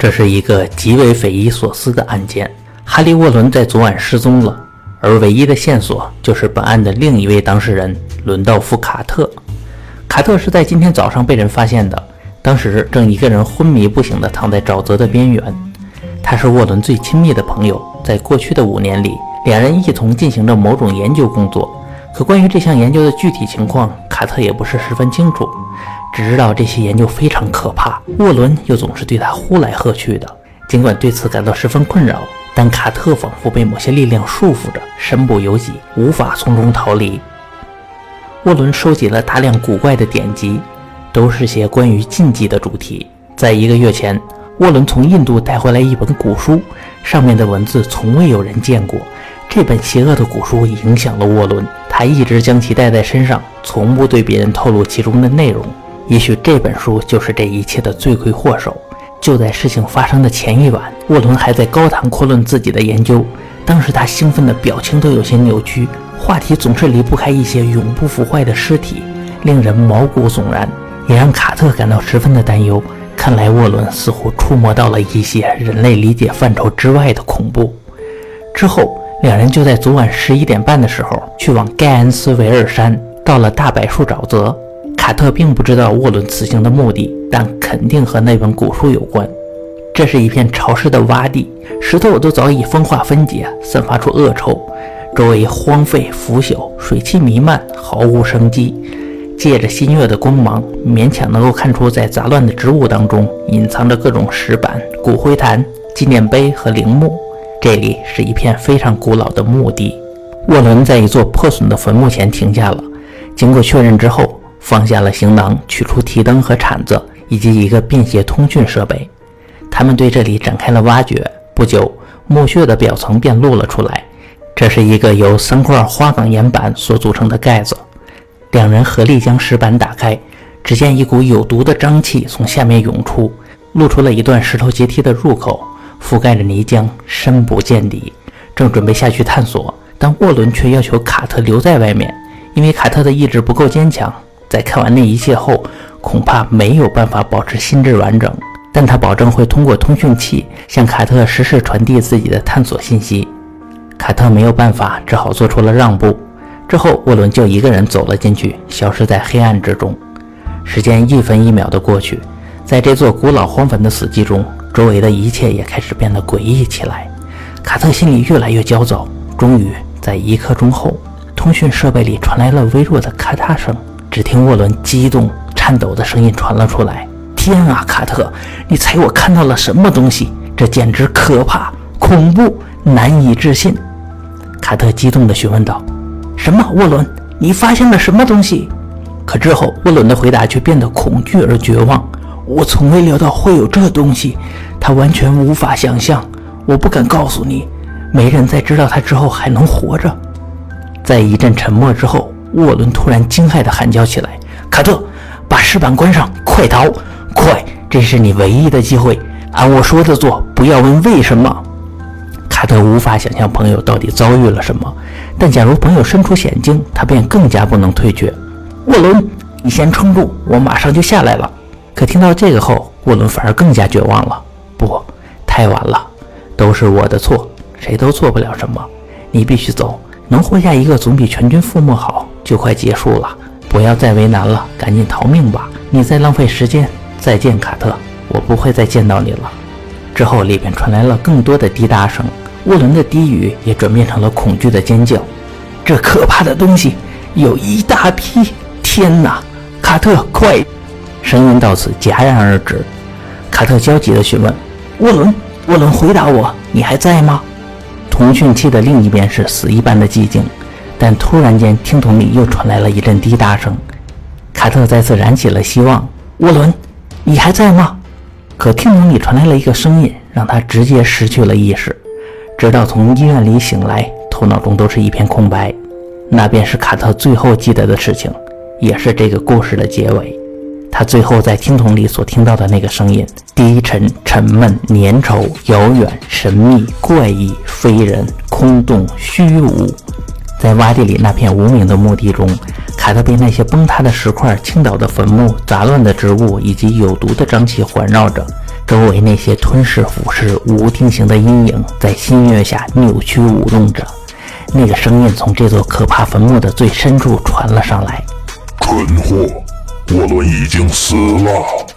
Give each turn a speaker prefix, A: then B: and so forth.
A: 这是一个极为匪夷所思的案件。哈利·沃伦在昨晚失踪了，而唯一的线索就是本案的另一位当事人伦道夫·卡特。卡特是在今天早上被人发现的，当时正一个人昏迷不醒地躺在沼泽的边缘。他是沃伦最亲密的朋友，在过去的5年里，两人一同进行着某种研究工作。可关于这项研究的具体情况，卡特也不是十分清楚，只知道这些研究非常可怕，沃伦又总是对他呼来喝去的。尽管对此感到十分困扰，但卡特仿佛被某些力量束缚着，身不由己，无法从中逃离。沃伦收集了大量古怪的典籍，都是些关于禁忌的主题。在1个月前，沃伦从印度带回来一本古书，上面的文字从未有人见过。这本邪恶的古书影响了沃伦，他一直将其带在身上，从不对别人透露其中的内容。也许这本书就是这一切的罪魁祸首。就在事情发生的前一晚，沃伦还在高谈阔论自己的研究，当时他兴奋的表情都有些扭曲，话题总是离不开一些永不腐坏的尸体，令人毛骨悚然，也让卡特感到十分的担忧。看来沃伦似乎触摸到了一些人类理解范畴之外的恐怖。之后两人就在昨晚11点半的时候去往盖恩斯维尔山，到了大柏树沼泽。卡特并不知道沃伦此行的目的，但肯定和那本古书有关。这是一片潮湿的洼地，石头都早已风化分解，散发出恶臭，周围荒废腐朽，水汽弥漫，毫无生机。借着新月的光芒，勉强能够看出在杂乱的植物当中隐藏着各种石板、骨灰坛、纪念碑和陵墓。这里是一片非常古老的墓地。沃伦在一座破损的坟墓前停下了，经过确认之后，放下了行囊，取出提灯和铲子以及一个便携通讯设备。他们对这里展开了挖掘，不久墓穴的表层便露了出来，这是一个由3块花岗岩板所组成的盖子。两人合力将石板打开，只见一股有毒的瘴气从下面涌出，露出了一段石头阶梯的入口，覆盖着泥浆，深不见底。正准备下去探索，但沃伦却要求卡特留在外面，因为卡特的意志不够坚强，在看完那一切后恐怕没有办法保持心智完整，但他保证会通过通讯器向卡特实时传递自己的探索信息。卡特没有办法，只好做出了让步。之后沃伦就一个人走了进去，消失在黑暗之中。时间1分1秒的过去，在这座古老荒坟的死寂中，周围的一切也开始变得诡异起来。卡特心里越来越焦躁，终于在1刻钟后，通讯设备里传来了微弱的咔嗒声。只听沃伦激动颤抖的声音传了出来：天啊，卡特，你猜我看到了什么东西？这简直可怕、恐怖、难以置信。卡特激动地询问道：什么？沃伦，你发现了什么东西？可之后沃伦的回答却变得恐惧而绝望。我从未料到会有这东西，他完全无法想象，我不敢告诉你，没人在知道他之后还能活着。在一阵沉默之后，沃伦突然惊骇地喊叫起来：卡特，把石板关上，快逃，快，这是你唯一的机会，按我说的做，不要问为什么。卡特无法想象朋友到底遭遇了什么，但假如朋友身处险境，他便更加不能退却。沃伦，你先撑住，我马上就下来了。可听到这个后，沃伦反而更加绝望了。不，太晚了，都是我的错，谁都做不了什么。你必须走，能活下一个总比全军覆没好，就快结束了，不要再为难了，赶紧逃命吧，你再浪费时间。再见，卡特，我不会再见到你了。之后里边传来了更多的滴答声，沃伦的低语也转变成了恐惧的尖叫。这可怕的东西有一大批，天哪，卡特，快！声音到此戛然而止。卡特焦急地询问：沃伦，回答我，你还在吗？通讯器的另一边是死一般的寂静，但突然间听筒里又传来了一阵滴答声。卡特再次燃起了希望：沃伦，你还在吗？可听筒里传来了一个声音，让他直接失去了意识，直到从医院里醒来，头脑中都是一片空白。那便是卡特最后记得的事情，也是这个故事的结尾。他最后在听筒里所听到的那个声音，低沉、沉闷、粘稠、遥远、神秘、怪异、非人、空洞、虚无。在洼地里那片无名的墓地中，卡特被那些崩塌的石块、倾倒的坟墓、杂乱的植物以及有毒的瘴气环绕着， 周围那些吞噬腐蚀无定型的阴影在新月下扭曲舞动着。那个声音从这座可怕坟墓的最深处传了上来：
B: 蠢货，沃伦已经死了。